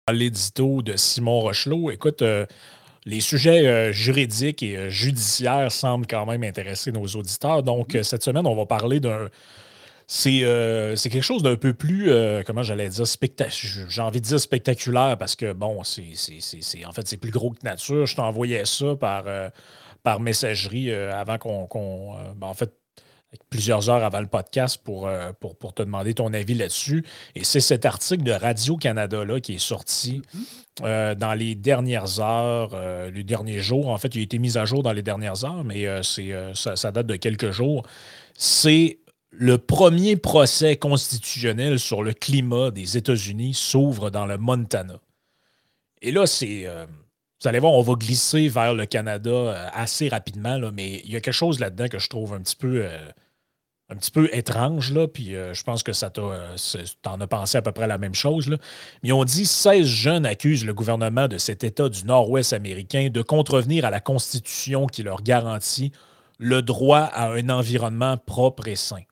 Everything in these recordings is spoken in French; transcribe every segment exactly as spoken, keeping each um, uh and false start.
l'édito de Simon Rochelot. Écoute, euh, les sujets euh, juridiques et euh, judiciaires semblent quand même intéresser nos auditeurs. Donc, Mhm. euh, cette semaine, on va parler d'un. C'est euh, c'est quelque chose d'un peu plus, euh, comment j'allais dire, spectaculaire. J'ai envie de dire spectaculaire parce que, bon, c'est, c'est, c'est, c'est- en fait, c'est plus gros que nature. Je t'envoyais ça par, euh, par messagerie euh, avant qu'on, qu'on, euh, ben, en fait, plusieurs heures avant le podcast pour, euh, pour, pour te demander ton avis là-dessus. Et c'est cet article de Radio-Canada là, qui est sorti Mhm. euh, dans les dernières heures, euh, les derniers jours. En fait, il a été mis à jour dans les dernières heures, mais euh, c'est, euh, ça, ça date de quelques jours. C'est le premier procès constitutionnel sur le climat des États-Unis s'ouvre dans le Montana. Et là, c'est. Euh, vous allez voir, on va glisser vers le Canada euh, assez rapidement, là, mais il y a quelque chose là-dedans que je trouve un petit peu, euh, un petit peu étrange, là, puis euh, je pense que ça t'a, euh, c'est- t'en as pensé à peu près la même chose, là. Ils ont dit seize jeunes accusent le gouvernement de cet État du Nord-Ouest américain de contrevenir à la Constitution qui leur garantit le droit à un environnement propre et sain.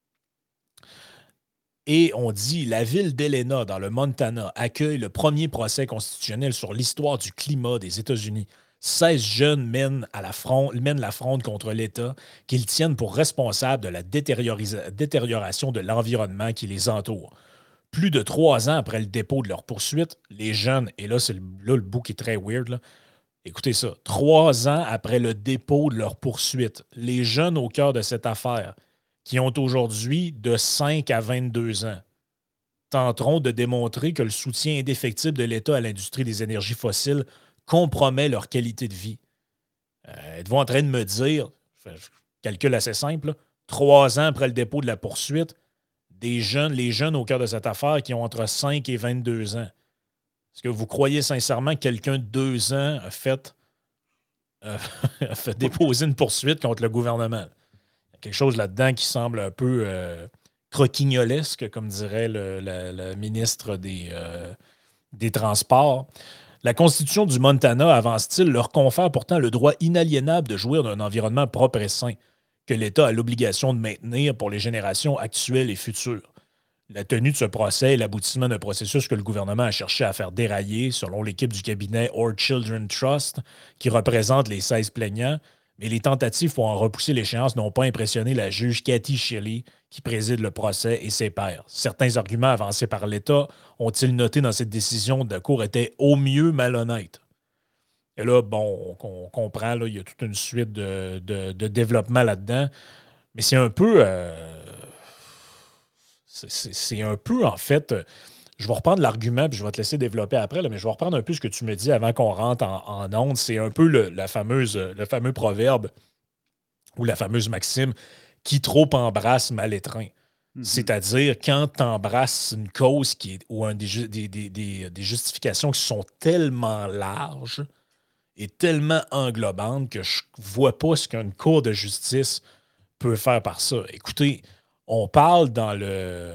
Et on dit la ville d'Helena, dans le Montana, accueille le premier procès constitutionnel sur l'histoire du climat des États-Unis. seize jeunes mènent, à la fronde, mènent la fronde contre l'État qu'ils tiennent pour responsable de la détérioration de l'environnement qui les entoure. Plus de trois ans après le dépôt de leur poursuite, les jeunes, et là, c'est le, là, le bout qui est très weird, là. Écoutez ça, trois ans après le dépôt de leur poursuite, les jeunes au cœur de cette affaire, qui ont aujourd'hui de cinq à vingt-deux ans, tenteront de démontrer que le soutien indéfectible de l'État à l'industrie des énergies fossiles compromet leur qualité de vie. Euh, êtes-vous en train de me dire, je fais- je calcule assez simple, là, trois ans après le dépôt de la poursuite, des jeunes, les jeunes au cœur de cette affaire qui ont entre cinq et vingt-deux ans, est-ce que vous croyez sincèrement que quelqu'un de deux ans a fait, euh, a fait déposer une poursuite contre le gouvernement? Il y a quelque chose là-dedans qui semble un peu euh, croquignolesque, comme dirait le, le- le ministre des, euh, des Transports. La Constitution du Montana, avance-t-il, leur confère pourtant le droit inaliénable de jouir d'un environnement propre et sain, que l'État a l'obligation de maintenir pour les générations actuelles et futures. La tenue de ce procès est l'aboutissement d'un processus que le gouvernement a cherché à faire dérailler, selon l'équipe du cabinet Our Children Trust, qui représente les seize plaignants. Mais les tentatives pour en repousser l'échéance n'ont pas impressionné la juge Cathy Shelley, qui préside le procès, et ses pairs. Certains arguments avancés par l'État ont-ils noté dans cette décision de la Cour étaient au mieux malhonnêtes. Et là, bon, on, on comprend, là, il y a toute une suite de, de, de développement là-dedans. Mais c'est un peu. euh, c'est c'est- c'est un peu, en fait. euh, Je vais reprendre l'argument, puis je vais te laisser développer après, là, mais je vais reprendre un peu ce que tu me dis avant qu'on rentre en, en onde. C'est un peu le, la fameuse, le fameux proverbe ou la fameuse maxime qui trop embrasse mal étreint. Mhm. C'est-à-dire, quand tu embrasses une cause qui est, ou un des, ju- des, des- des- des justifications qui sont tellement larges et tellement englobantes que je vois pas ce qu'une cour de justice peut faire par ça. Écoutez, on parle dans le.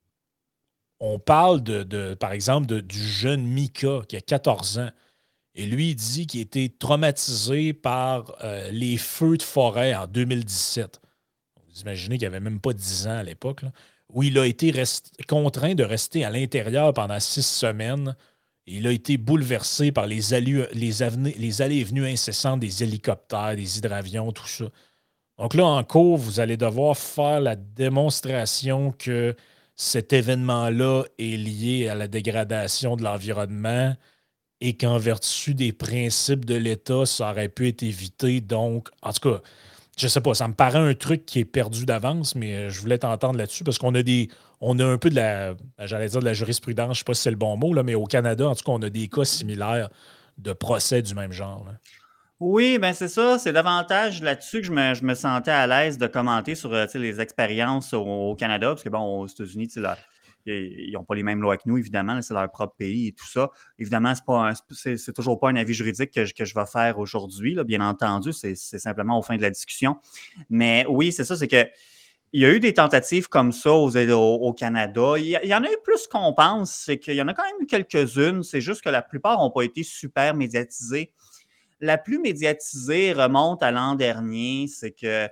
On parle de, de- par exemple, de- du jeune Mika qui a quatorze ans. Et lui, il dit qu'il a été traumatisé par euh, les feux de forêt en deux mille dix-sept. Vous imaginez qu'il n'avait même pas dix ans à l'époque, là, où il a été rest- contraint de rester à l'intérieur pendant six semaines. Et il a été bouleversé par les, allus- les, aveni- les allées et venues incessantes des hélicoptères, des hydravions, tout ça. Donc là, en cours, vous allez devoir faire la démonstration que cet événement-là est lié à la dégradation de l'environnement et qu'en vertu des principes de l'État, ça aurait pu être évité. Donc, en tout cas, je sais pas, ça me paraît un truc qui est perdu d'avance, mais euh, je voulais t'entendre là-dessus parce qu'on a des. On a un peu de la. J'allais dire de la jurisprudence, je sais pas si c'est le bon mot, là, mais au Canada, en tout cas, on a des cas similaires de procès du même genre, là. Oui, ben c'est ça, c'est davantage là-dessus que je me, je me sentais à l'aise de commenter sur euh, tu sais, les expériences au, au Canada, parce que bon, aux États-Unis, tu sais, là, ils n'ont pas les mêmes lois que nous, évidemment, là, c'est leur propre pays et tout ça. Évidemment, c'est pas un- c'est c'est toujours pas un avis juridique que je, que je vais faire aujourd'hui, là, bien entendu, c'est c'est simplement au fin de la discussion. Mais oui, c'est ça, c'est que il y a eu des tentatives comme ça aux- au, au Canada. Il y, il y en a eu plus qu'on pense, c'est qu'il y en a quand même eu quelques-unes, c'est juste que la plupart n'ont pas été super médiatisées. La plus médiatisée remonte à l'an dernier, c'est que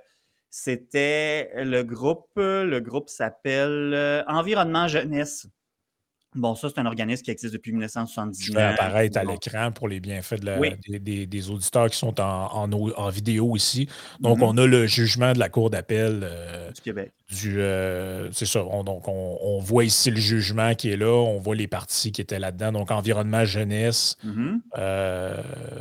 c'était le groupe, le groupe s'appelle euh, Environnement Jeunesse. Bon, ça, c'est un organisme qui existe depuis Je fais mille neuf cent soixante-dix-neuf. apparaître à Bon. l'écran pour les bienfaits de la- Oui. des, des- des auditeurs qui sont en, en au- en vidéo ici. Donc, Mhm. on a le jugement de la Cour d'appel euh, Du Québec. du. euh, c'est ça. On- donc, on, on voit ici le jugement qui est là. On voit les parties qui étaient là-dedans. Donc, environnement, jeunesse. Mhm. euh,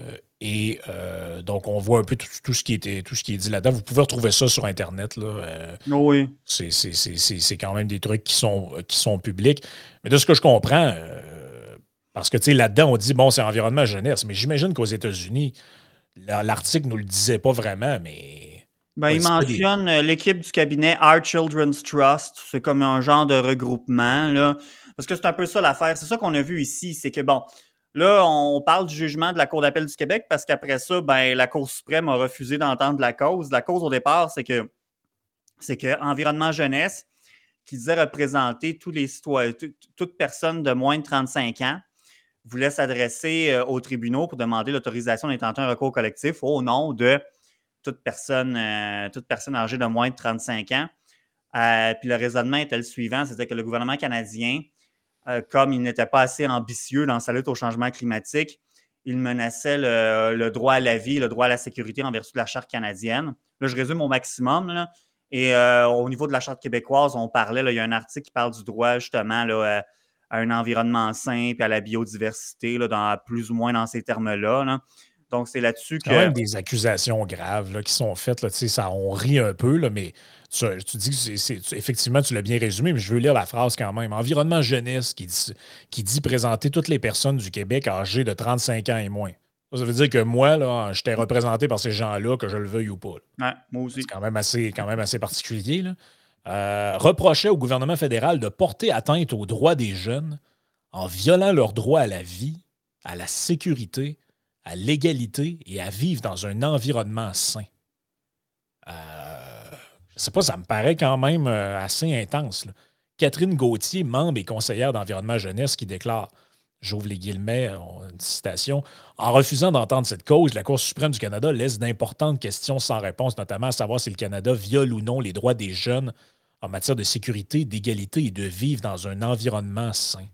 et euh, donc, on voit un peu tout, tout ce qui était, tout ce qui est dit là-dedans. Vous pouvez retrouver ça sur Internet, là. Euh, Oh oui. c'est c'est- c'est- c'est- c'est quand même des trucs qui sont, qui sont publics. Mais de ce que je comprends, euh, parce que tu sais, là-dedans, on dit, bon, c'est environnement jeunesse, mais j'imagine qu'aux États-Unis, la- l'article ne nous le disait pas vraiment, mais Ben, ouais, il c'est pas des. mentionne euh, l'équipe du cabinet Our Children's Trust. C'est comme un genre de regroupement, là. Parce que c'est un peu ça l'affaire. C'est ça qu'on a vu ici. C'est que, bon, là, on parle du jugement de la Cour d'appel du Québec parce qu'après ça, ben, la Cour suprême a refusé d'entendre la cause. La cause, au départ, c'est que, c'est que Environnement Jeunesse, qui disait représenter tous les citoyens, tout- toute personne de moins de trente-cinq ans, voulait s'adresser euh, aux tribunaux pour demander l'autorisation d'intenter un recours collectif au nom de toute personne, euh, toute personne âgée de moins de trente-cinq ans. Euh, puis le raisonnement était le suivant, c'était que le gouvernement canadien, euh, comme il n'était pas assez ambitieux dans sa lutte au changement climatique, il menaçait le, le droit à la vie, le droit à la sécurité en vertu de la Charte canadienne. Là, je résume au maximum. Là. Et euh, au niveau de la Charte québécoise, on parlait, là, il y a un article qui parle du droit justement là, à un environnement sain et à la biodiversité, là, dans, plus ou moins dans ces termes-là. Là. Donc, c'est là-dessus C'est quand que... même des accusations graves là, qui sont faites. Là, tu sais, ça, on rit un peu, là, mais tu, tu dis que c'est, c'est- tu- effectivement, tu l'as bien résumé, mais je veux lire la phrase quand même. Environnement jeunesse qui dit, qui dit présenter toutes les personnes du Québec âgées de trente-cinq ans et moins. Ça, ça veut dire que moi, là, j'étais représenté par ces gens-là, que je le veuille ou pas. Là. Ouais, moi C'est aussi. quand même assez, quand même assez particulier. Là. Euh, reprochait au gouvernement fédéral de porter atteinte aux droits des jeunes en violant leur droit à la vie, à la sécurité, à l'égalité et à vivre dans un environnement sain. Euh, je sais pas, ça me paraît quand même euh, assez intense. Là. Catherine Gauthier, membre et conseillère d'environnement jeunesse, qui déclare, j'ouvre les guillemets, on- une citation, en refusant d'entendre cette cause, la Cour suprême du Canada laisse d'importantes questions sans réponse, notamment à savoir si le Canada viole ou non les droits des jeunes en matière de sécurité, d'égalité et de vivre dans un environnement sain.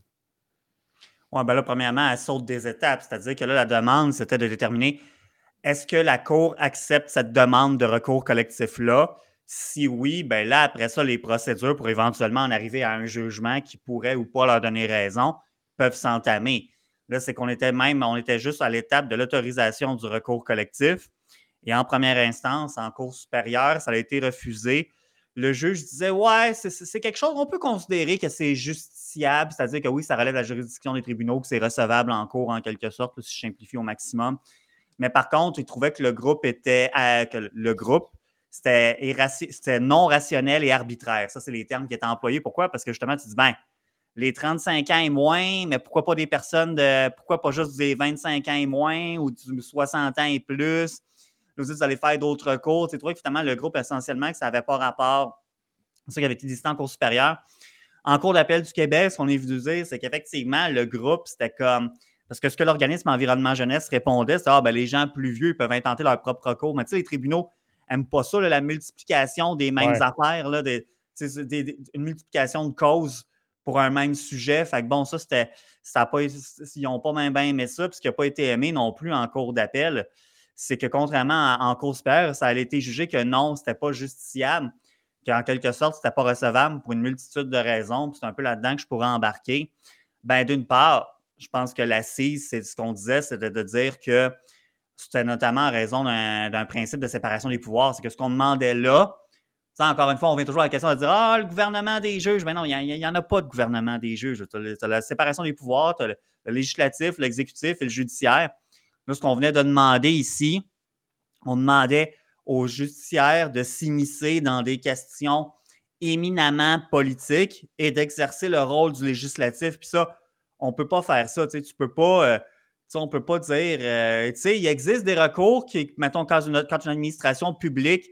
Oui, ben là, premièrement, elle saute des étapes. C'est-à-dire que là, la demande, c'était de déterminer est-ce que la Cour accepte cette demande de recours collectif-là? Si oui, ben là, après ça, les procédures pour éventuellement en arriver à un jugement qui pourrait ou pas leur donner raison peuvent s'entamer. Là, c'est qu'on était même, on était juste à l'étape de l'autorisation du recours collectif. Et en première instance, en cour supérieure, ça a été refusé. Le juge disait, ouais, c'est, c'est quelque chose, on peut considérer que c'est justiciable, c'est-à-dire que oui, ça relève de la juridiction des tribunaux, que c'est recevable en cours en quelque sorte, si je simplifie au maximum. Mais par contre, il trouvait que le groupe était, euh, que le groupe, c'était, irraci- c'était non rationnel et arbitraire. Ça, c'est les termes qui étaient employés. Pourquoi? Parce que justement, tu dis, ben, les trente-cinq ans et moins, mais pourquoi pas des personnes de, pourquoi pas juste des vingt-cinq ans et moins ou du soixante ans et plus? Nous dit, vous allez faire d'autres cours. Tu trouves que finalement, le groupe, essentiellement, que ça n'avait pas rapport. C'est ça qui avait été décidé en cours supérieure. En cours d'appel du Québec, ce qu'on est venu dire, c'est qu'effectivement, le groupe, c'était comme. Parce que ce que l'organisme Environnement Jeunesse répondait, c'est ah, ben, les gens plus vieux peuvent intenter leur propre recours. Mais tu sais, les tribunaux n'aiment pas ça, là, la multiplication des mêmes Ouais. affaires, là, des, des, des, une multiplication de causes pour un même sujet. Fait que bon, ça, c'était. Ça a pas, ils n'ont pas même bien aimé ça, puis ce qui n'a pas été aimé non plus en cours d'appel, c'est que contrairement à, en cours supérieure, ça a été jugé que non, ce n'était pas justiciable, qu'en quelque sorte, ce n'était pas recevable pour une multitude de raisons. C'est un peu là-dedans que je pourrais embarquer. Ben, d'une part, je pense que l'assise, c'est ce qu'on disait, c'était de dire que c'était notamment en raison d'un, d'un principe de séparation des pouvoirs. C'est que ce qu'on demandait là, encore une fois, on vient toujours à la question de dire ah, le gouvernement des juges. Mais non, il n'y en a pas de gouvernement des juges. Tu as la séparation des pouvoirs, tu as le, le législatif, l'exécutif et le judiciaire. Là, ce qu'on venait de demander ici, on demandait aux justiciaires de s'immiscer dans des questions éminemment politiques et d'exercer le rôle du législatif. Puis ça, on ne peut pas faire ça. Tu ne peux pas, euh, on peut pas dire, euh, tu sais, il existe des recours qui, mettons, quand une, quand une administration publique,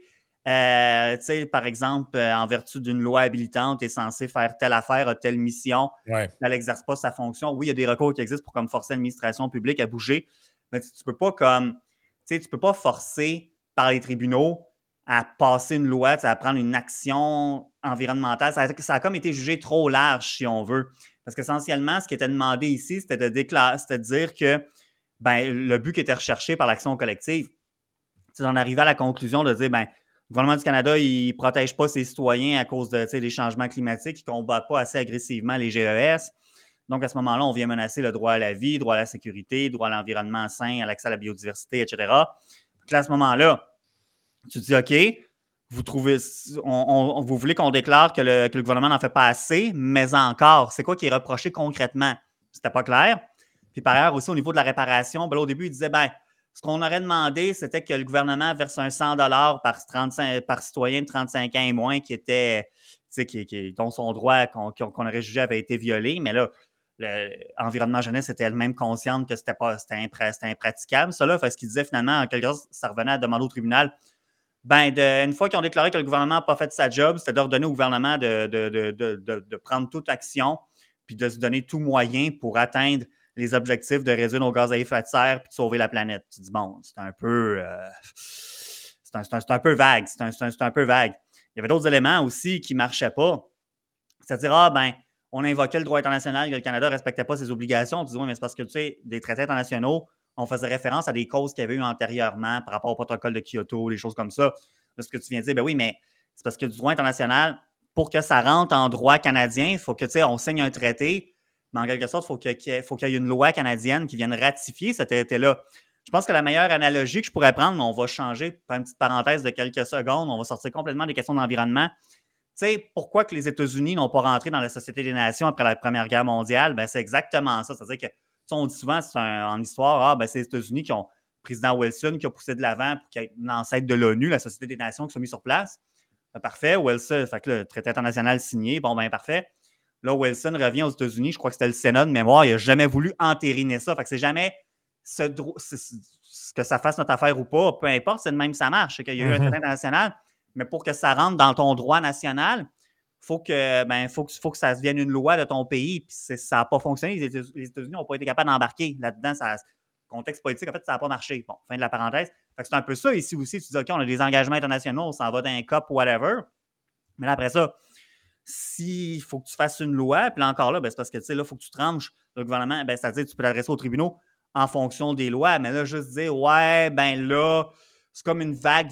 euh, tu sais, par exemple, euh, en vertu d'une loi habilitante, est censée faire telle affaire, a telle mission, Ouais. elle n'exerce pas sa fonction. Oui, il y a des recours qui existent pour comme forcer l'administration publique à bouger, mais tu ne peux pas comme, tu sais, tu peux pas forcer par les tribunaux à passer une loi, à prendre une action environnementale. Ça a, ça a comme été jugé trop large, si on veut. Parce qu'essentiellement, ce qui était demandé ici, c'était de, déclarer, c'était de dire que ben, le but qui était recherché par l'action collective, c'est d'en arriver à la conclusion de dire ben, le gouvernement du Canada, il ne protège pas ses citoyens à cause de, des changements climatiques, il ne combat pas assez agressivement les G E S. Donc, à ce moment-là, on vient menacer le droit à la vie, droit à la sécurité, droit à l'environnement sain, à l'accès à la biodiversité, et cetera. Donc, là, à ce moment-là, tu te dis, OK, vous trouvez, on, on, vous voulez qu'on déclare que le, que le gouvernement n'en fait pas assez, mais encore, c'est quoi qui est reproché concrètement? C'était pas clair. Puis par ailleurs, aussi au niveau de la réparation, ben là, au début, il disait, ben, ce qu'on aurait demandé, c'était que le gouvernement verse un cent dollars par, trente-cinq, par citoyen de trente-cinq ans et moins qui était, qui, qui, dont son droit qu'on, qu'on aurait jugé avait été violé. Mais là, l'environnement jeunesse était elle-même consciente que c'était, pas, c'était, impr- c'était impraticable. Ça, là, parce qu'il disait finalement, en quelque sorte, ça revenait à demander au tribunal. Ben, de, une fois qu'ils ont déclaré que le gouvernement n'a pas fait sa job, c'était d'ordonner au gouvernement de, de, de, de, de prendre toute action puis de se donner tout moyen pour atteindre les objectifs de réduire nos gaz à effet de serre puis de sauver la planète. Tu dis, bon, c'est un peu, euh, c'est un, c'est un, c'est un peu vague. C'est un, c'est, un, c'est un peu vague. Il y avait d'autres éléments aussi qui ne marchaient pas. C'est-à-dire, ah, ben, on invoquait le droit international que le Canada ne respectait pas ses obligations. Tu dis, oui, mais c'est parce que, tu sais, des traités internationaux, on faisait référence à des causes qu'il y avait eu antérieurement par rapport au protocole de Kyoto, des choses comme ça. Là, ce que tu viens de dire, ben oui, mais c'est parce que du droit international, pour que ça rentre en droit canadien, il faut que, tu sais, on signe un traité, mais en quelque sorte, il faut, que, qu'il, faut qu'il y ait une loi canadienne qui vienne ratifier ce traité-là. Je pense que la meilleure analogie que je pourrais prendre, on va changer, par une petite parenthèse de quelques secondes, on va sortir complètement des questions d'environnement. Tu sais, pourquoi que les États-Unis n'ont pas rentré dans la Société des Nations après la Première Guerre mondiale? Ben, c'est exactement ça. C'est-à-dire que, on dit souvent c'est un, en histoire, ah, ben, c'est les États-Unis qui ont, le président Wilson qui a poussé de l'avant pour qu'il y ait une ancêtre de l'ONU, la Société des Nations, qui soit mise sur place. Ben, parfait. Wilson, fait que le traité international signé, bon, ben parfait. Là, Wilson revient aux États-Unis, je crois que c'était le Sénat de mémoire, il n'a jamais voulu entériner ça. Fait que c'est jamais ce, ce, que ça fasse notre affaire ou pas, peu importe, c'est de même ça marche. C'est qu'il y a eu mm-hmm. un traité international. Mais pour que ça rentre dans ton droit national, il faut que, ben, faut, faut que ça devienne une loi de ton pays. Puis ça n'a pas fonctionné. Les États-Unis n'ont pas été capables d'embarquer là-dedans. Ça, contexte politique, en fait, ça n'a pas marché. Bon, fin de la parenthèse. Fait que c'est un peu ça ici aussi. Tu dis, OK, on a des engagements internationaux, on s'en va d'un C O P, whatever. Mais là, après ça, s'il faut que tu fasses une loi, puis là encore là, ben, c'est parce que, tu sais, là, il faut que tu tranches le gouvernement. Ben, c'est-à-dire que tu peux l'adresser aux tribunaux en fonction des lois. Mais là, juste dire, ouais, ben là, c'est comme une vague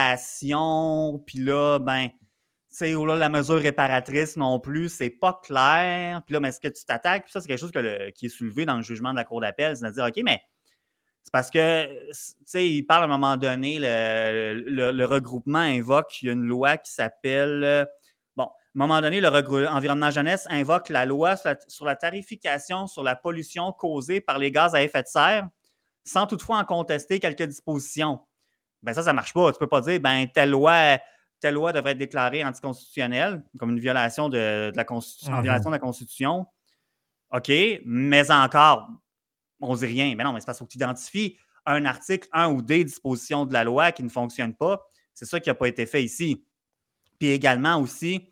violation, puis là, ben, tu sais, ou là, la mesure réparatrice non plus, c'est pas clair. Puis là, mais est-ce que tu t'attaques? Puis ça, c'est quelque chose que le, qui est soulevé dans le jugement de la Cour d'appel, c'est de dire, OK, mais c'est parce que, tu sais, il parle à un moment donné, le, le, le regroupement invoque, il y a une loi qui s'appelle, bon, à un moment donné, le regrou- environnement jeunesse invoque la loi sur la, sur la tarification sur la pollution causée par les gaz à effet de serre, sans toutefois en contester quelques dispositions. Ben ça, ça ne marche pas. Tu ne peux pas dire, ben telle loi, telle loi devrait être déclarée anticonstitutionnelle, comme une violation de, de la Constitution, mm-hmm. en violation de la Constitution. OK, mais encore, on ne dit rien. Mais non, mais c'est parce qu'il faut que tu identifies un article, un ou des dispositions de la loi qui ne fonctionnent pas. C'est ça qui n'a pas été fait ici. Puis également aussi,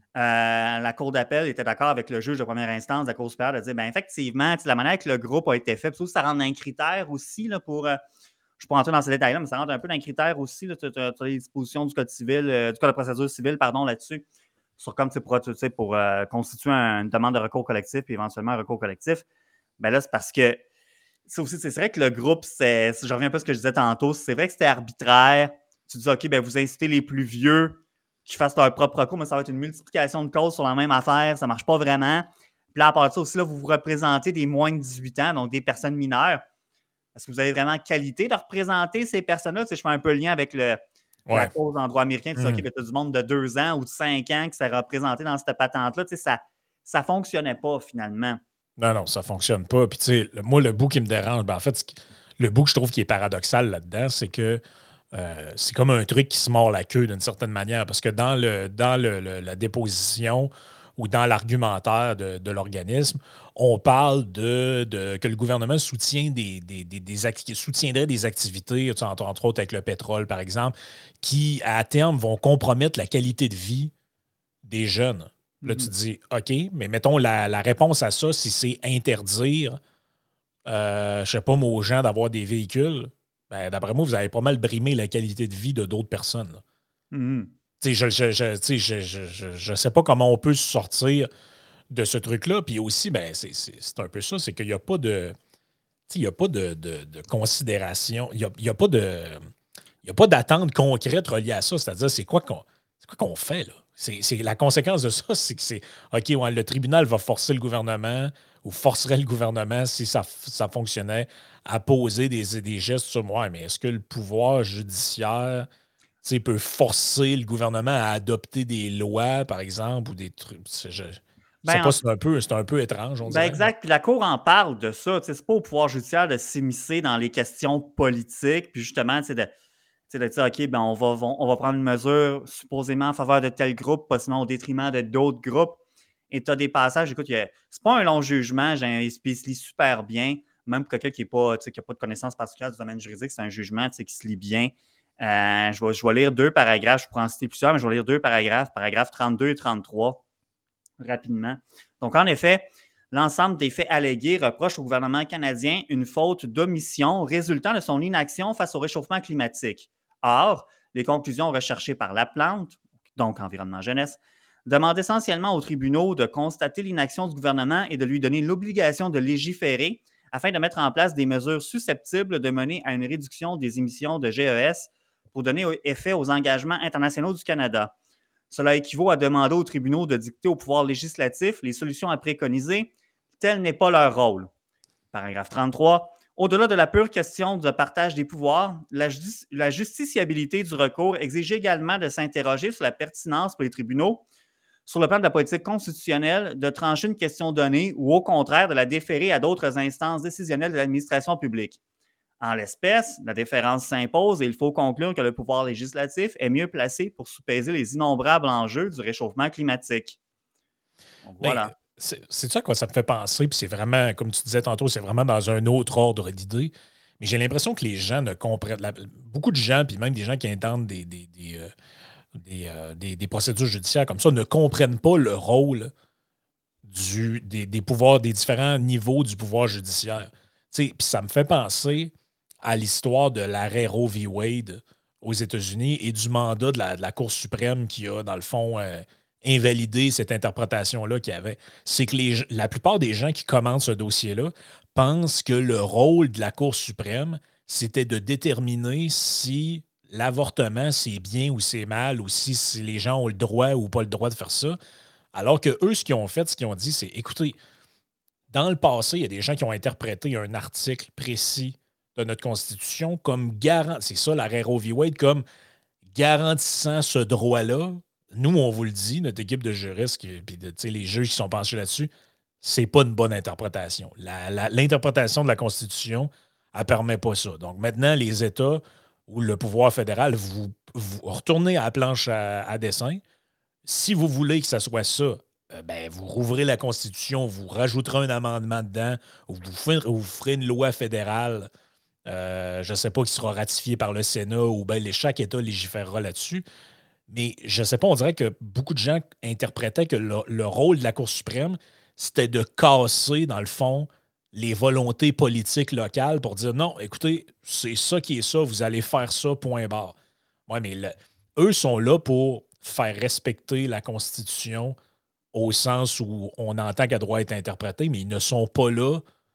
euh, la Cour d'appel était d'accord avec le juge de première instance de la Cour supérieure de dire, bien effectivement, la manière que le groupe a été fait, puis ça rentre un critère aussi là, pour... Euh, je ne peux pas rentrer dans ces détails-là, mais ça rentre un peu dans les critères aussi. Tu as les dispositions du Code civil, euh, du Code de procédure civile, pardon, là-dessus, sur comme pour, pour euh, constituer un, une demande de recours collectif et éventuellement un recours collectif. Ben là, c'est parce que c'est aussi, c'est vrai que le groupe, c'est, je reviens un peu à ce que je disais tantôt, c'est vrai que c'était arbitraire. Tu dis, OK, ben vous incitez les plus vieux qui fassent leur propre recours, mais ça va être une multiplication de causes sur la même affaire, ça ne marche pas vraiment. Puis là, à part de ça aussi, là, vous vous représentez des moins de dix-huit ans, donc des personnes mineures. Est-ce que vous avez vraiment qualité de représenter ces personnes-là? Tu sais, je fais un peu le lien avec le, ouais. la cause en droit américain. Tu sais, mmh. OK, ben, tu as du monde de deux ans ou de cinq ans qui s'est représenté dans cette patente-là. Tu sais, ça ne fonctionnait pas finalement. Non, non, ça ne fonctionne pas. Puis, tu sais, moi, le bout qui me dérange, ben, en fait, le bout que je trouve qui est paradoxal là-dedans, c'est que euh, c'est comme un truc qui se mord la queue d'une certaine manière. Parce que dans, le, dans le, le, la déposition ou dans l'argumentaire de, de l'organisme, on parle de, de que le gouvernement soutient des, des, des, des acti- soutiendrait des activités, entre, entre autres avec le pétrole, par exemple, qui, à terme, vont compromettre la qualité de vie des jeunes. Là, tu te dis, OK, mais mettons la, la réponse à ça, si c'est interdire, euh, je ne sais pas, moi, aux gens d'avoir des véhicules, ben, d'après moi, vous avez pas mal brimé la qualité de vie de d'autres personnes. Là. Mhm. Tu sais, je je, je, tu sais, je, je, je, je sais pas comment on peut se sortir de ce truc-là. Puis aussi, ben, c'est c'est- c'est un peu ça, c'est qu'il n'y a pas de. Tu sais, il n'y a pas de, de- de considération, il n'y a, il y a pas de. Il n'y a pas d'attente concrète reliée à ça. C'est-à-dire, c'est quoi qu'on c'est quoi qu'on fait, là? C'est, c'est- la conséquence de ça, c'est que c'est OK, ouais, le tribunal va forcer le gouvernement ou forcerait le gouvernement, si ça, ça fonctionnait, à poser des, des gestes sur moi. Mais est-ce que le pouvoir judiciaire, tu sais, peut forcer le gouvernement à adopter des lois, par exemple, ou des trucs? C'est- Je ne sais Ben, pas, en c'est un peu, c'est un peu étrange, on Ben dirait. exact. Puis la Cour en parle de ça. Tu sais, c'est pas au pouvoir judiciaire de s'immiscer dans les questions politiques. Puis justement, tu sais, de, tu sais, de dire, OK, ben on va, on, on va prendre une mesure supposément en faveur de tel groupe, pas sinon au détriment de d'autres groupes. Et tu as des passages, écoute, il y a- c'est pas un long jugement, j'ai- il se il se lit super bien. Même pour quelqu'un qui n'a pas, tu sais, qui a pas de connaissances particulières du domaine juridique, c'est un jugement tu sais, qui se lit bien. Euh, je, vais, je vais lire deux paragraphes, je pourrais en citer plusieurs, mais je vais lire deux paragraphes, paragraphes trente-deux et trente-trois, rapidement. Donc, en effet, l'ensemble des faits allégués reproche au gouvernement canadien une faute d'omission résultant de son inaction face au réchauffement climatique. Or, les conclusions recherchées par la plante, donc Environnement Jeunesse, demandent essentiellement aux tribunaux de constater l'inaction du gouvernement et de lui donner l'obligation de légiférer afin de mettre en place des mesures susceptibles de mener à une réduction des émissions de G E S pour donner effet aux engagements internationaux du Canada. Cela équivaut à demander aux tribunaux de dicter au pouvoir législatif les solutions à préconiser. Tel n'est pas leur rôle. Paragraphe trente-trois. Au-delà de la pure question de partage des pouvoirs, la, justi- la justiciabilité du recours exige également de s'interroger sur la pertinence pour les tribunaux, sur le plan de la politique constitutionnelle, de trancher une question donnée ou au contraire de la déférer à d'autres instances décisionnelles de l'administration publique. En l'espèce, la différence s'impose et il faut conclure que le pouvoir législatif est mieux placé pour soupaiser les innombrables enjeux du réchauffement climatique. Donc Ben, voilà. c'est c'est ça à quoi ça me fait penser, puis c'est vraiment, comme tu disais tantôt, c'est vraiment dans un autre ordre d'idées. Mais j'ai l'impression que les gens ne comprennent. la- beaucoup de gens, puis même des gens qui intentent des, des, des, euh, des, euh, des- des procédures judiciaires comme ça, ne comprennent pas le rôle du, des, des pouvoirs, des différents niveaux du pouvoir judiciaire. Tu sais, puis ça me fait penser à l'histoire de l'arrêt Roe v. Wade aux États-Unis et du mandat de la, de la Cour suprême qui a, dans le fond, euh, invalidé cette interprétation-là qu'il y avait. C'est que les, la plupart des gens qui commentent ce dossier-là pensent que le rôle de la Cour suprême, c'était de déterminer si l'avortement, c'est bien ou c'est mal, ou si, si les gens ont le droit ou pas le droit de faire ça. Alors que eux, ce qu'ils ont fait, ce qu'ils ont dit, c'est écoutez, dans le passé, il y a des gens qui ont interprété un article précis de notre Constitution comme garant, c'est ça l'arrêt Roe v. Wade, comme garantissant ce droit-là. Nous, on vous le dit, notre équipe de juristes, puis de, tu sais, les juges qui sont penchés là-dessus, c'est pas une bonne interprétation. La- la- L'interprétation de la Constitution, elle ne permet pas ça. Donc maintenant, les États ou le pouvoir fédéral, vous, vous retournez à la planche à, à dessin. Si vous voulez que ça soit ça, euh, ben, vous rouvrez la Constitution, vous rajouterez un amendement dedans, ou vous ferez, ou vous ferez une loi fédérale, euh, je ne sais pas, qui sera ratifiée par le Sénat, ou bien les, chaque État légiférera là-dessus. Mais je ne sais pas, on dirait que beaucoup de gens interprétaient que le, le rôle de la Cour suprême, c'était de casser, dans le fond, les volontés politiques locales pour dire non, écoutez, c'est ça qui est ça, vous allez faire ça, point barre. Oui, mais le- eux sont là pour faire respecter la Constitution au sens où on entend qu'elle doit être interprétée, mais ils ne sont pas là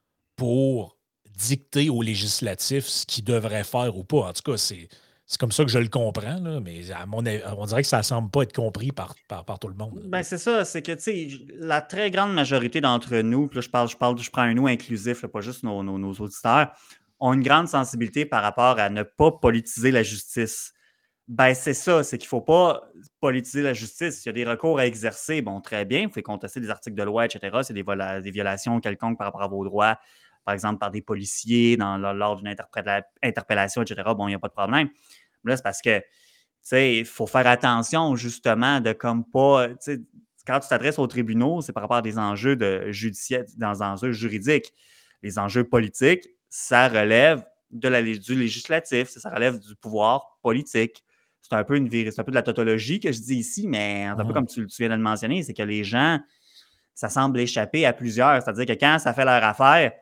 pour dicter aux législatifs ce qu'ils devraient faire ou pas. En tout cas, c'est, c'est comme ça que je le comprends, là, mais à mon avis, on dirait que ça ne semble pas être compris par, par, par tout le monde. Ben, c'est ça, c'est que, tu sais, la très grande majorité d'entre nous, puis là, je parle, je parle, je prends un nous inclusif, là, pas juste nos, nos, nos auditeurs, ont une grande sensibilité par rapport à ne pas politiser la justice. Ben, c'est ça, c'est qu'il ne faut pas politiser la justice. Il y a des recours à exercer, bon, très bien, vous pouvez contester des articles de loi, et cetera. C'est des, vola- des violations quelconques par rapport à vos droits, par exemple par des policiers dans, lors d'une interpréla- interpellation, et cetera. Bon, il n'y a pas de problème. Mais là, c'est parce que, tu sais, il faut faire attention, justement, de comme pas, tu sais, quand tu t'adresses aux tribunaux, c'est par rapport à des enjeux de judiciaires, dans des enjeux juridiques. Les enjeux politiques, ça relève de la, du législatif, ça, ça relève du pouvoir politique. C'est un peu une c'est un peu de la tautologie que je dis ici, mais un peu Mhm. comme tu, tu viens de le mentionner, c'est que les gens, ça semble échapper à plusieurs. C'est-à-dire que quand ça fait leur affaire,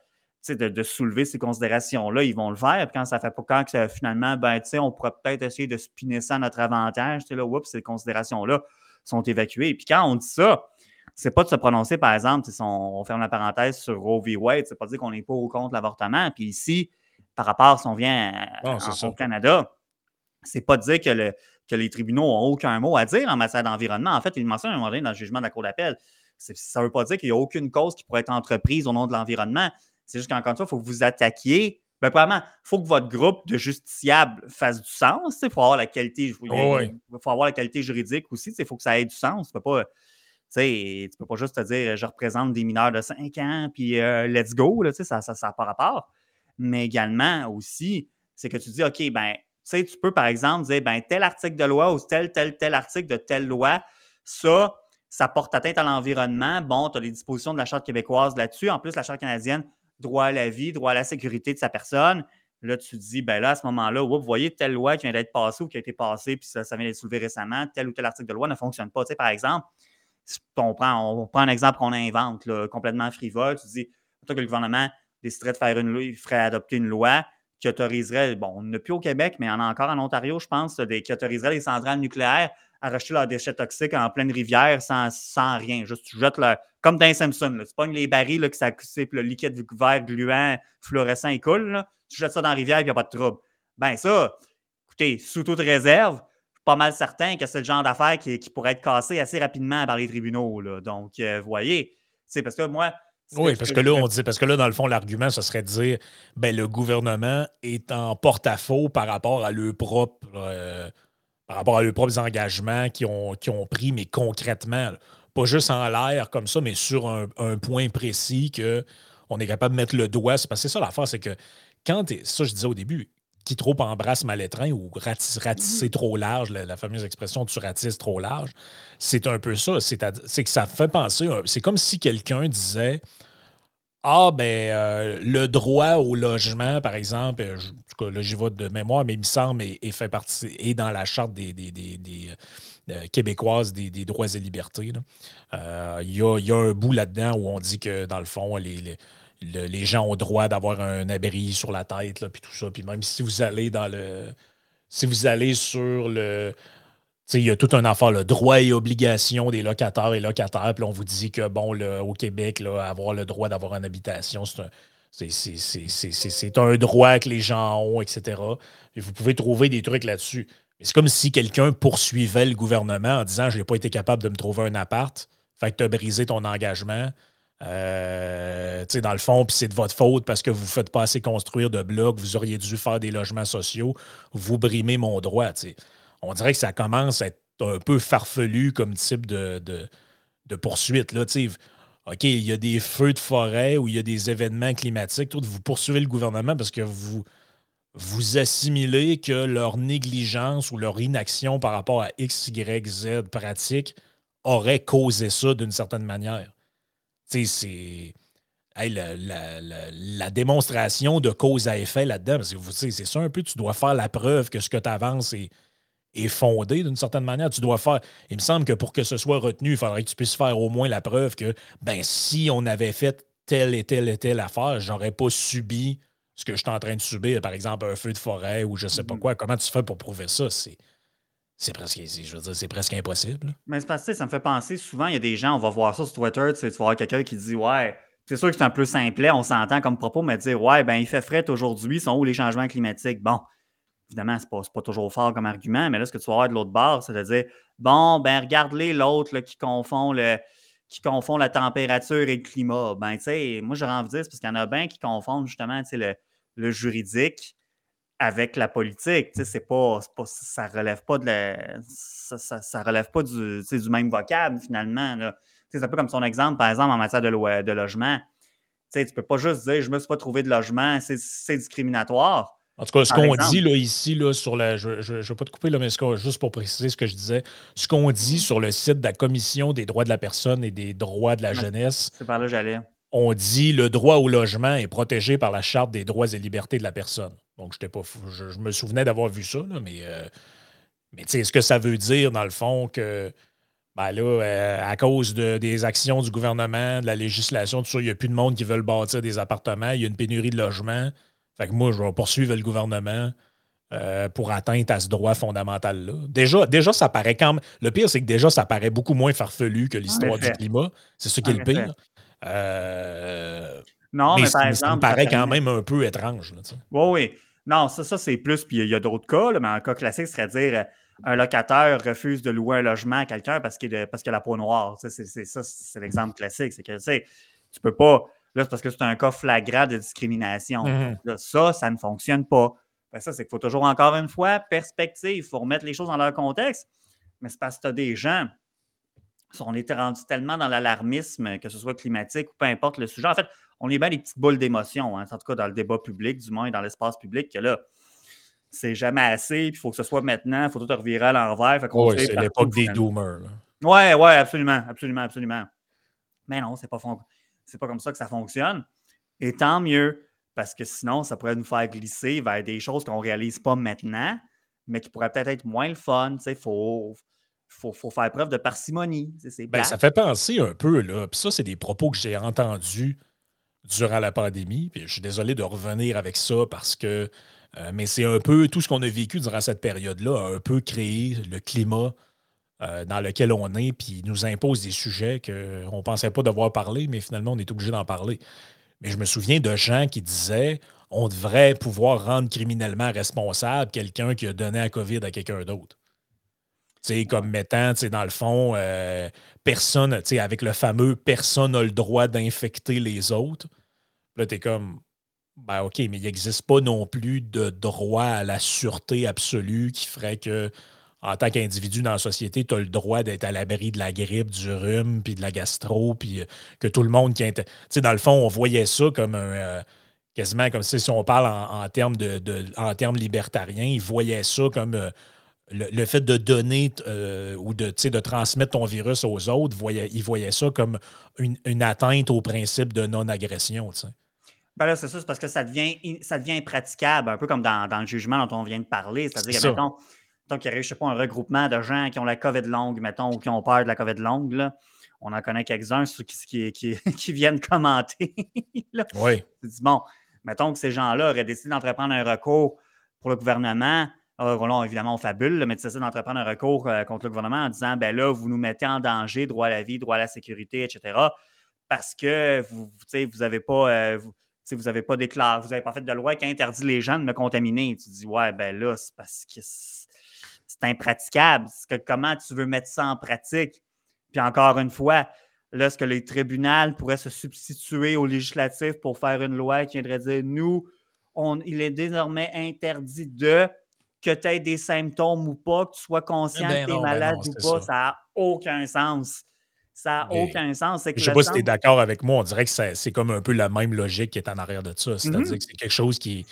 de, de soulever ces considérations-là, ils vont le faire. Puis quand ça fait pas, quand que, finalement, ben, on pourrait peut-être essayer de spinner ça à notre avantage, là, oups, ces considérations-là sont évacuées. Puis quand on dit ça, c'est pas de se prononcer, par exemple, si on, on ferme la parenthèse sur Roe v. Wade, c'est pas de dire qu'on n'est pas ou contre l'avortement. Puis ici, par rapport, si on vient à, Non, en, c'est au Canada, c'est pas de dire que, le, que les tribunaux n'ont aucun mot à dire en matière d'environnement. En fait, ils mentionnent à un moment donné dans le jugement de la Cour d'appel. Ça ne veut pas dire qu'il n'y a aucune cause qui pourrait être entreprise au nom de l'environnement. C'est juste qu'encore une fois, il faut que vous attaquiez. Ben, premièrement, il faut que votre groupe de justiciables fasse du sens. Il faut avoir la qualité, Oh, oui. il faut avoir la qualité juridique aussi. Il faut que ça ait du sens. Tu ne peux pas, tu ne peux pas juste te dire je représente des mineurs de cinq ans puis euh, let's go. Là, ça n'a ça, ça pas rapport. Mais également aussi, c'est que tu dis OK, ben, tu peux par exemple dire ben, tel article de loi ou tel, tel, tel article de telle loi, ça, ça porte atteinte à l'environnement. Bon, tu as les dispositions de la Charte québécoise là-dessus. En plus, la Charte canadienne, droit à la vie, droit à la sécurité de sa personne. Là, tu te dis, ben là, à ce moment-là, vous voyez, telle loi qui vient d'être passée ou qui a été passée, puis ça, ça vient d'être soulevé récemment, tel ou tel article de loi ne fonctionne pas. Tu sais, par exemple, on prend, on prend un exemple qu'on invente, là, complètement frivole. Tu te dis, plutôt que le gouvernement déciderait de faire une loi, il ferait adopter une loi qui autoriserait, bon, on n'a plus au Québec, mais on a encore en Ontario, je pense, des, qui autoriserait les centrales nucléaires à rejeter leurs déchets toxiques en pleine rivière sans, sans rien. Juste, tu jettes le, comme dans Simpson, là, tu pognes les barils, là, que ça, c'est le liquide vert gluant, fluorescent, il coule, là, tu jettes ça dans la rivière et il n'y a pas de trouble. Ben ça, écoutez, sous toute réserve, pas mal certain que c'est le genre d'affaire qui, qui pourrait être cassé assez rapidement par les tribunaux. Là. Donc, euh, vous voyez, c'est parce que moi. Oui, parce que là, on dit, parce que là, dans le fond, l'argument, ce serait de dire ben, le gouvernement est en porte-à-faux par rapport à leurs propres euh, par rapport à leurs propres engagements qu'ils ont, qu'ils ont pris, mais concrètement, là, pas juste en l'air comme ça, mais sur un, un point précis qu'on est capable de mettre le doigt. C'est parce que c'est ça l'affaire, c'est que quand t'es, ça, je disais au début, qui trop embrasse mal étreint ou ratisser, ratisser trop large, la, la fameuse expression tu ratisses trop large, c'est un peu ça. C'est, à, c'est que ça fait penser, c'est comme si quelqu'un disait ah, ben, euh, le droit au logement, par exemple, euh, je- en tout cas, là, j'y vais de mémoire, mais il me semble, et, et fait partie, et dans la charte des, des, des- des, euh, québécoises des, des droits et libertés, là. Euh, il y a, il y a un bout là-dedans où on dit que, dans le fond, les, les, le- les gens ont droit d'avoir un abri sur la tête, là, puis tout ça. Puis même si vous allez dans le. Si vous allez sur le. Tu sais, il y a tout un affaire, le droit et obligation des locataires et locataires. Puis on vous dit que, bon, le- au Québec, là, avoir le droit d'avoir une habitation, c'est un, c'est, c'est- c'est- c'est- c'est- c'est un droit que les gens ont, et cetera. Et vous pouvez trouver des trucs là-dessus. Mais c'est comme si quelqu'un poursuivait le gouvernement en disant je n'ai pas été capable de me trouver un appart, fait que tu as brisé ton engagement. Euh, tu sais, dans le fond, puis c'est de votre faute parce que vous ne faites pas assez construire de blocs, vous auriez dû faire des logements sociaux, vous brimez mon droit. Tu sais. On dirait que ça commence à être un peu farfelu comme type de, de, de poursuite. Là, tu sais. OK, il y a des feux de forêt ou il y a des événements climatiques. Tout, vous poursuivez le gouvernement parce que vous, vous assimilez que leur négligence ou leur inaction par rapport à X, Y, Z pratique aurait causé ça d'une certaine manière. Tu sais, c'est. Hey, la, la- la- la démonstration de cause à effet là-dedans, parce que vous savez, c'est ça un peu, tu dois faire la preuve que ce que tu avances est, est fondé d'une certaine manière. Tu dois faire. Il me semble que pour que ce soit retenu, il faudrait que tu puisses faire au moins la preuve que ben si on avait fait telle et telle et telle affaire, j'aurais pas subi ce que je suis en train de subir, par exemple un feu de forêt ou je sais pas Mhm. quoi. Comment tu fais pour prouver ça? C'est, c'est presque, c'est- je veux dire, c'est presque impossible. Mais c'est parce que tu sais, ça me fait penser souvent, il y a des gens, on va voir ça sur Twitter, tu sais, tu vas voir quelqu'un qui dit ouais, c'est sûr que c'est un peu simplet, on s'entend comme propos, mais dire ouais, ben il fait fret aujourd'hui, sont où les changements climatiques? Bon, évidemment, c'est pas, c'est pas toujours fort comme argument, mais là, ce que tu vas avoir de l'autre bord, c'est de dire bon, ben regarde-les l'autre là, qui confond le qui confond la température et le climat. Ben, tu sais, moi j'aurais envie de dire, c'est parce qu'il y en a bien qui confondent justement tu sais, le, le juridique avec la politique. Tu sais, c'est pas, c'est pas, ça relève pas de la, ça, ça, ça relève pas du, tu sais, du même vocable, finalement. Là. Tu sais, c'est un peu comme son exemple, par exemple, en matière de, lo- de logement. Tu sais, tu peux pas juste dire je me suis pas trouvé de logement, c'est, c'est discriminatoire. En tout cas, ce Par qu'on dit exemple. là, ici, là, sur la. Je ne vais pas te couper, là, mais ce qu'on- juste pour préciser ce que je disais, ce qu'on dit sur le site de la Commission des droits de la personne et des droits de la jeunesse, C'est par là que j'allais. on dit le droit au logement est protégé par la Charte des droits et libertés de la personne. Donc, j'étais pas fou- je, je me souvenais d'avoir vu ça, là, mais, euh, mais tu sais, est-ce que ça veut dire, dans le fond, que Ben là, euh, à cause de, des actions du gouvernement, de la législation, tout ça, il n'y a plus de monde qui veulent bâtir des appartements. Il y a une pénurie de logements. Fait que moi, je vais poursuivre le gouvernement euh, pour atteindre à ce droit fondamental-là. Déjà, déjà, ça paraît quand même. Le pire, c'est que déjà, ça paraît beaucoup moins farfelu que En l'histoire du effet. climat. C'est ça qui est En le effet. pire. Euh, Non, mais, mais par mais ça me exemple, ça paraît quand permet. même un peu étrange. Là, tu sais. Oui, oui. Non, ça, ça c'est plus. Puis il y a d'autres cas, là, mais un cas classique serait de dire euh, un locataire refuse de louer un logement à quelqu'un parce qu'il a, parce qu'il a la peau noire. Ça, c'est c'est- ça, c'est l'exemple classique. C'est que, tu sais, tu peux pas. Là, c'est parce que c'est un cas flagrant de discrimination. Donc, Mhm. là, ça, ça ne fonctionne pas. Ben, ça, c'est qu'il faut toujours, encore une fois, perspective. Il faut remettre les choses dans leur contexte. Mais c'est parce que tu as des gens. On était rendu tellement dans l'alarmisme, que ce soit climatique ou peu importe le sujet. En fait, on est bien des petites boules d'émotion, hein, en tout cas dans le débat public, du moins dans l'espace public, que là, c'est jamais assez, puis il faut que ce soit maintenant, il faut tout revirer à l'envers, fait qu'on Oui, tire c'est partout l'époque des finalement. doomers. Là. Ouais, ouais, absolument, absolument, absolument. Mais non, c'est pas, fon- c'est pas comme ça que ça fonctionne. Et tant mieux, parce que sinon, ça pourrait nous faire glisser vers des choses qu'on ne réalise pas maintenant, mais qui pourraient peut-être être moins le fun. Il faut, faut, faut faire preuve de parcimonie. C'est c'est Ben, ça plate. fait penser un peu, là. Puis ça, c'est des propos que j'ai entendus durant la pandémie. Puis je suis désolé de revenir avec ça parce que. euh, mais c'est un peu tout ce qu'on a vécu durant cette période-là, a un peu créé le climat euh, dans lequel on est, puis nous impose des sujets qu'on ne pensait pas devoir parler, mais finalement, on est obligé d'en parler. Mais je me souviens de gens qui disaient on devrait pouvoir rendre criminellement responsable quelqu'un qui a donné la COVID à quelqu'un d'autre. Tu sais, comme mettant, tu sais, dans le fond, euh, personne, tu sais, avec le fameux personne n'a le droit d'infecter les autres. Là, tu es comme, ben OK, mais il n'existe pas non plus de droit à la sûreté absolue qui ferait que, en tant qu'individu dans la société, tu as le droit d'être à l'abri de la grippe, du rhume, puis de la gastro, puis euh, que tout le monde qui... Tu sais, dans le fond, on voyait ça comme un... euh, quasiment comme si, si on parle en, en termes de, de- en termes libertariens, ils voyaient ça comme euh, le, le fait de donner euh, ou de, tu sais, de transmettre ton virus aux autres, voyaient- ils voyaient ça comme une, une atteinte au principe de non-agression. Tu sais. Ben là, c'est ça, c'est parce que ça devient, in- ça devient impraticable, un peu comme dans, dans le jugement dont on vient de parler. C'est C'est-à-dire que, ça. mettons, mettons qu'il y aurait, je sais pas, un regroupement de gens qui ont la COVID longue, mettons, ou qui ont peur de la COVID longue, là. On en connaît quelques-uns, ceux qui, qui, qui, qui viennent commenter. Là. Oui. Tu te dis, bon, mettons que ces gens-là auraient décidé d'entreprendre un recours pour le gouvernement. Alors, là, évidemment, on fabule, là, mais tu essaies d'entreprendre un recours euh, contre le gouvernement en disant, ben là, vous nous mettez en danger, droit à la vie, droit à la sécurité, et cetera, parce que vous n'avez vous avez pas. Euh, vous, si vous n'avez pas déclaré, vous n'avez pas fait de loi qui interdit les gens de me contaminer. Tu dis, ouais, ben là, c'est parce que c'est impraticable. Que, comment tu veux mettre ça en pratique? Puis encore une fois, là, est-ce que les tribunaux pourraient se substituer au législatif pour faire une loi qui viendrait dire, nous, on, il est désormais interdit de que tu aies des symptômes ou pas, que tu sois Eh conscient que ben tu es non, ben malade non, ou c'est pas, ça. ça n'a aucun sens. Ça n'a Et aucun sens. C'est que je sais le pas si tu es sens. d'accord avec moi, on dirait que ça- c'est comme un peu la même logique qui est en arrière de ça. C'est-à-dire Mhm. que c'est quelque chose qui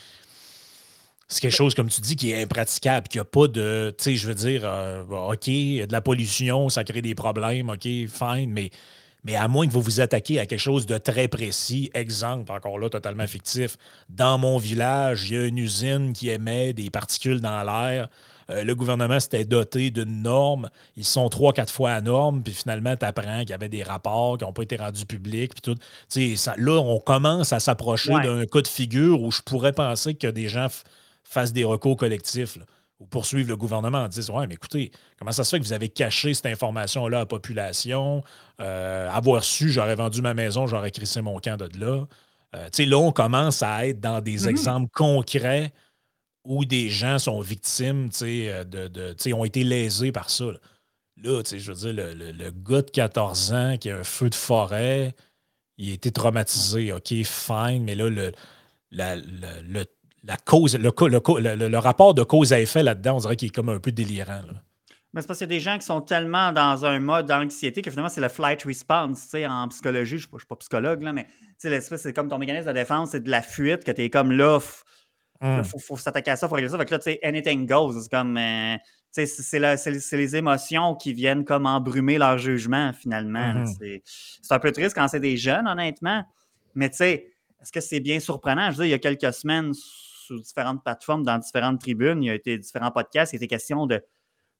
c'est quelque chose, comme tu dis, qui est impraticable, qu'il n'y a pas de, tu sais, je veux dire, euh, OK, il y a de la pollution, ça crée des problèmes, OK, fine, mais, mais à moins que vous vous attaquiez à quelque chose de très précis, exemple, encore là, totalement fictif, dans mon village, il y a une usine qui émet des particules dans l'air. Euh, le gouvernement s'était doté d'une norme. Ils sont trois, quatre fois à norme, puis finalement, tu apprends qu'il y avait des rapports qui n'ont pas été rendus publics, puis tout. Tu sais, ça- là, on commence à s'approcher Ouais. d'un cas de figure où je pourrais penser que des gens f- fassent des recours collectifs là, ou poursuivent le gouvernement en disant ouais, mais écoutez, comment ça se fait que vous avez caché cette information-là à la population? Euh, avoir su, j'aurais vendu ma maison, j'aurais crissé mon camp de là. Euh, tu sais, là, on commence à être dans des Mhm. exemples concrets où des gens sont victimes, tu sais, euh, de, de, tu sais, ont été lésés par ça. Là, Là, tu sais, je veux dire, le, le- le gars de quatorze ans qui a un feu de forêt, il a été traumatisé, OK, fine, mais là, le, la, le- le- la cause, le, co- le co- le- le- le rapport de cause à effet là-dedans, on dirait qu'il est comme un peu délirant. Là. Mais c'est parce qu'il y a des gens qui sont tellement dans un mode d'anxiété que finalement, c'est le flight response. Tu sais, en psychologie, je ne suis, pas je suis pas psychologue, là, mais tu sais, l'espèce, c'est comme ton mécanisme de défense, c'est de la fuite, que tu es comme là, il Hum, faut, faut s'attaquer à ça, il faut régler ça. Fait que là, tu sais, anything goes. C'est comme, euh, tu sais, c'est c'est la- c'est- c'est les émotions qui viennent comme embrumer leur jugement, finalement. mhm. C'est c'est un peu triste quand c'est des jeunes, honnêtement. Mais tu sais, est-ce que c'est bien surprenant? Je veux dire, il y a quelques semaines, sur différentes plateformes, dans différentes tribunes, il y a été différents podcasts, il était question de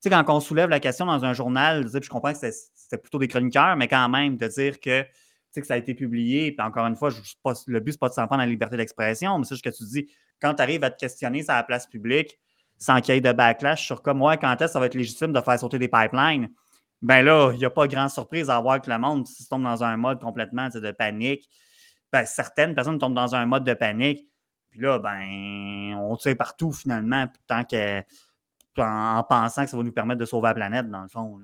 sais, quand on soulève la question dans un journal, puis je comprends que c'était plutôt des chroniqueurs, mais quand même, de dire que, que ça a été publié, puis encore une fois, je, pas, le but, c'est pas de s'en prendre à la liberté d'expression, mais c'est ce que tu dis, quand tu arrives à te questionner sur la place publique, sans qu'il y ait de backlash sur comme, ouais, quand est-ce que ça va être légitime de faire sauter des pipelines, ben là, il n'y a pas grande surprise à voir que le monde se tombe dans un mode complètement de panique. Ben, certaines personnes tombent dans un mode de panique, puis là, ben, on tire partout finalement, tant que, en, en pensant que ça va nous permettre de sauver la planète, dans le fond.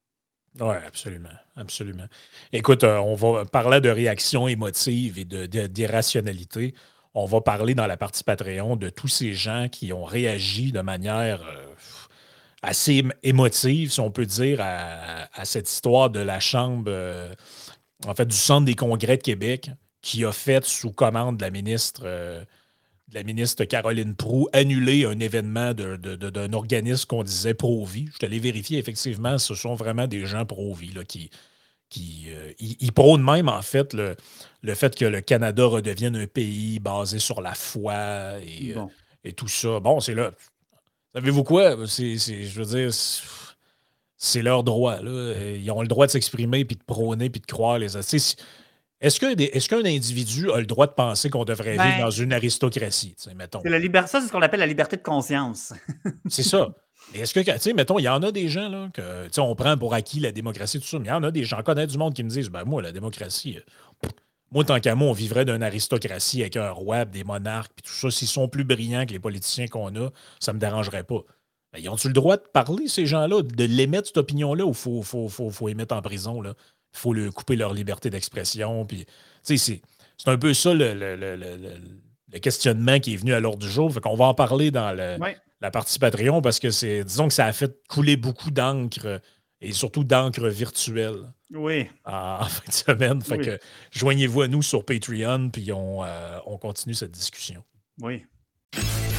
Oui, absolument. Absolument. Écoute, euh, on va parler de réactions émotives et de, de, d'irrationalité. On va parler dans la partie Patreon de tous ces gens qui ont réagi de manière euh, assez émotive, si on peut dire, à, à cette histoire de la Chambre, euh, en fait, du Centre des congrès de Québec, qui a fait, sous commande de la ministre, euh, de la ministre Caroline Proulx, annuler un événement de, de, de, d'un organisme qu'on disait pro-vie. Je te l'ai vérifié, effectivement, ce sont vraiment des gens pro-vie là, qui, qui euh, ils, ils prônent même, en fait, le, le fait que le Canada redevienne un pays basé sur la foi et, Bon. et tout ça. Bon, c'est là. Savez-vous quoi? C'est, c'est, je veux dire, c'est, c'est leur droit. Là. Ils ont le droit de s'exprimer, puis de prôner, puis de croire les... Tu sais, Est-ce qu'un, des- est-ce qu'un individu a le droit de penser qu'on devrait vivre Ben, dans une aristocratie, tu sais, mettons? c'est la liberté, ça, c'est ce qu'on appelle la liberté de conscience. C'est ça. Mais est-ce que, tu sais, mettons, il y en a des gens, là, que, tu sais, on prend pour acquis la démocratie, tout ça, mais il y en a des gens, j'en connais du monde qui me disent, ben moi, la démocratie, euh, moi, tant qu'à moi, on vivrait d'une aristocratie avec un roi, des monarques, puis tout ça. S'ils sont plus brillants que les politiciens qu'on a, ça me dérangerait pas. Ben, ils ont-tu le droit de parler, ces gens-là, de l'émettre, cette opinion-là, ou il faut, faut, faut, faut les mettre en prison, là? Il faut leur couper leur liberté d'expression, puis, tu sais, c'est, c'est un peu ça le, le, le, le, le- le questionnement qui est venu à l'ordre du jour. Fait qu'on va en parler dans le, Oui. la partie Patreon parce que c'est, disons que ça a fait couler beaucoup d'encre et surtout d'encre virtuelle Oui. en, en fin de semaine. Fait Oui. que joignez-vous à nous sur Patreon, puis on, euh, on continue cette discussion. Oui.